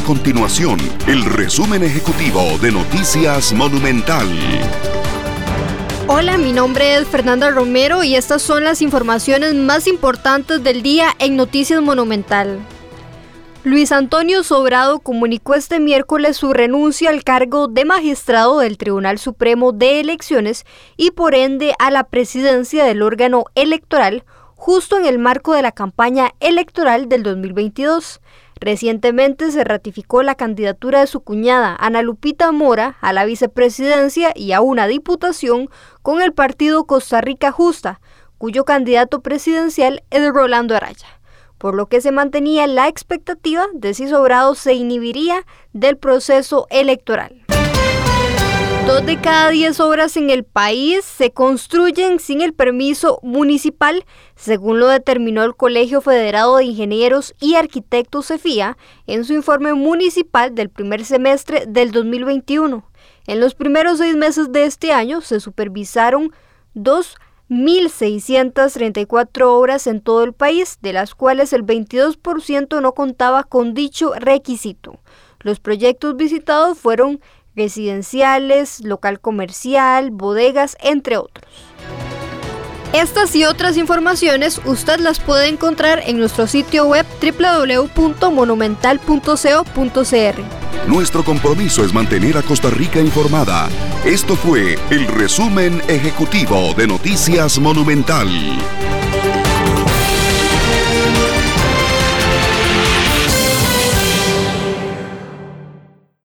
continuación el resumen ejecutivo de Noticias Monumental. Hola, mi nombre es Fernanda Romero y estas son las informaciones más importantes del día en Noticias Monumental. Luis Antonio Sobrado comunicó este miércoles su renuncia al cargo de magistrado del Tribunal Supremo de Elecciones y por ende a la presidencia del órgano electoral, justo en el marco de la campaña electoral del 2022. Recientemente se ratificó la candidatura de su cuñada Ana Lupita Mora a la vicepresidencia y a una diputación con el partido Costa Rica Justa, cuyo candidato presidencial es Rolando Araya, por lo que se mantenía la expectativa de si Sobrado se inhibiría del proceso electoral. 2 de cada 10 obras en el país se construyen sin el permiso municipal, según lo determinó el Colegio Federado de Ingenieros y Arquitectos CEFIA en su informe municipal del primer semestre del 2021. En los primeros 6 meses de este año se supervisaron 2.634 obras en todo el país, de las cuales el 22% no contaba con dicho requisito. Los proyectos visitados fueron residenciales, local comercial, bodegas, entre otros. Estas y otras informaciones usted las puede encontrar en nuestro sitio web www.monumental.co.cr. Nuestro compromiso es mantener a Costa Rica informada. Esto fue el resumen ejecutivo de Noticias Monumental.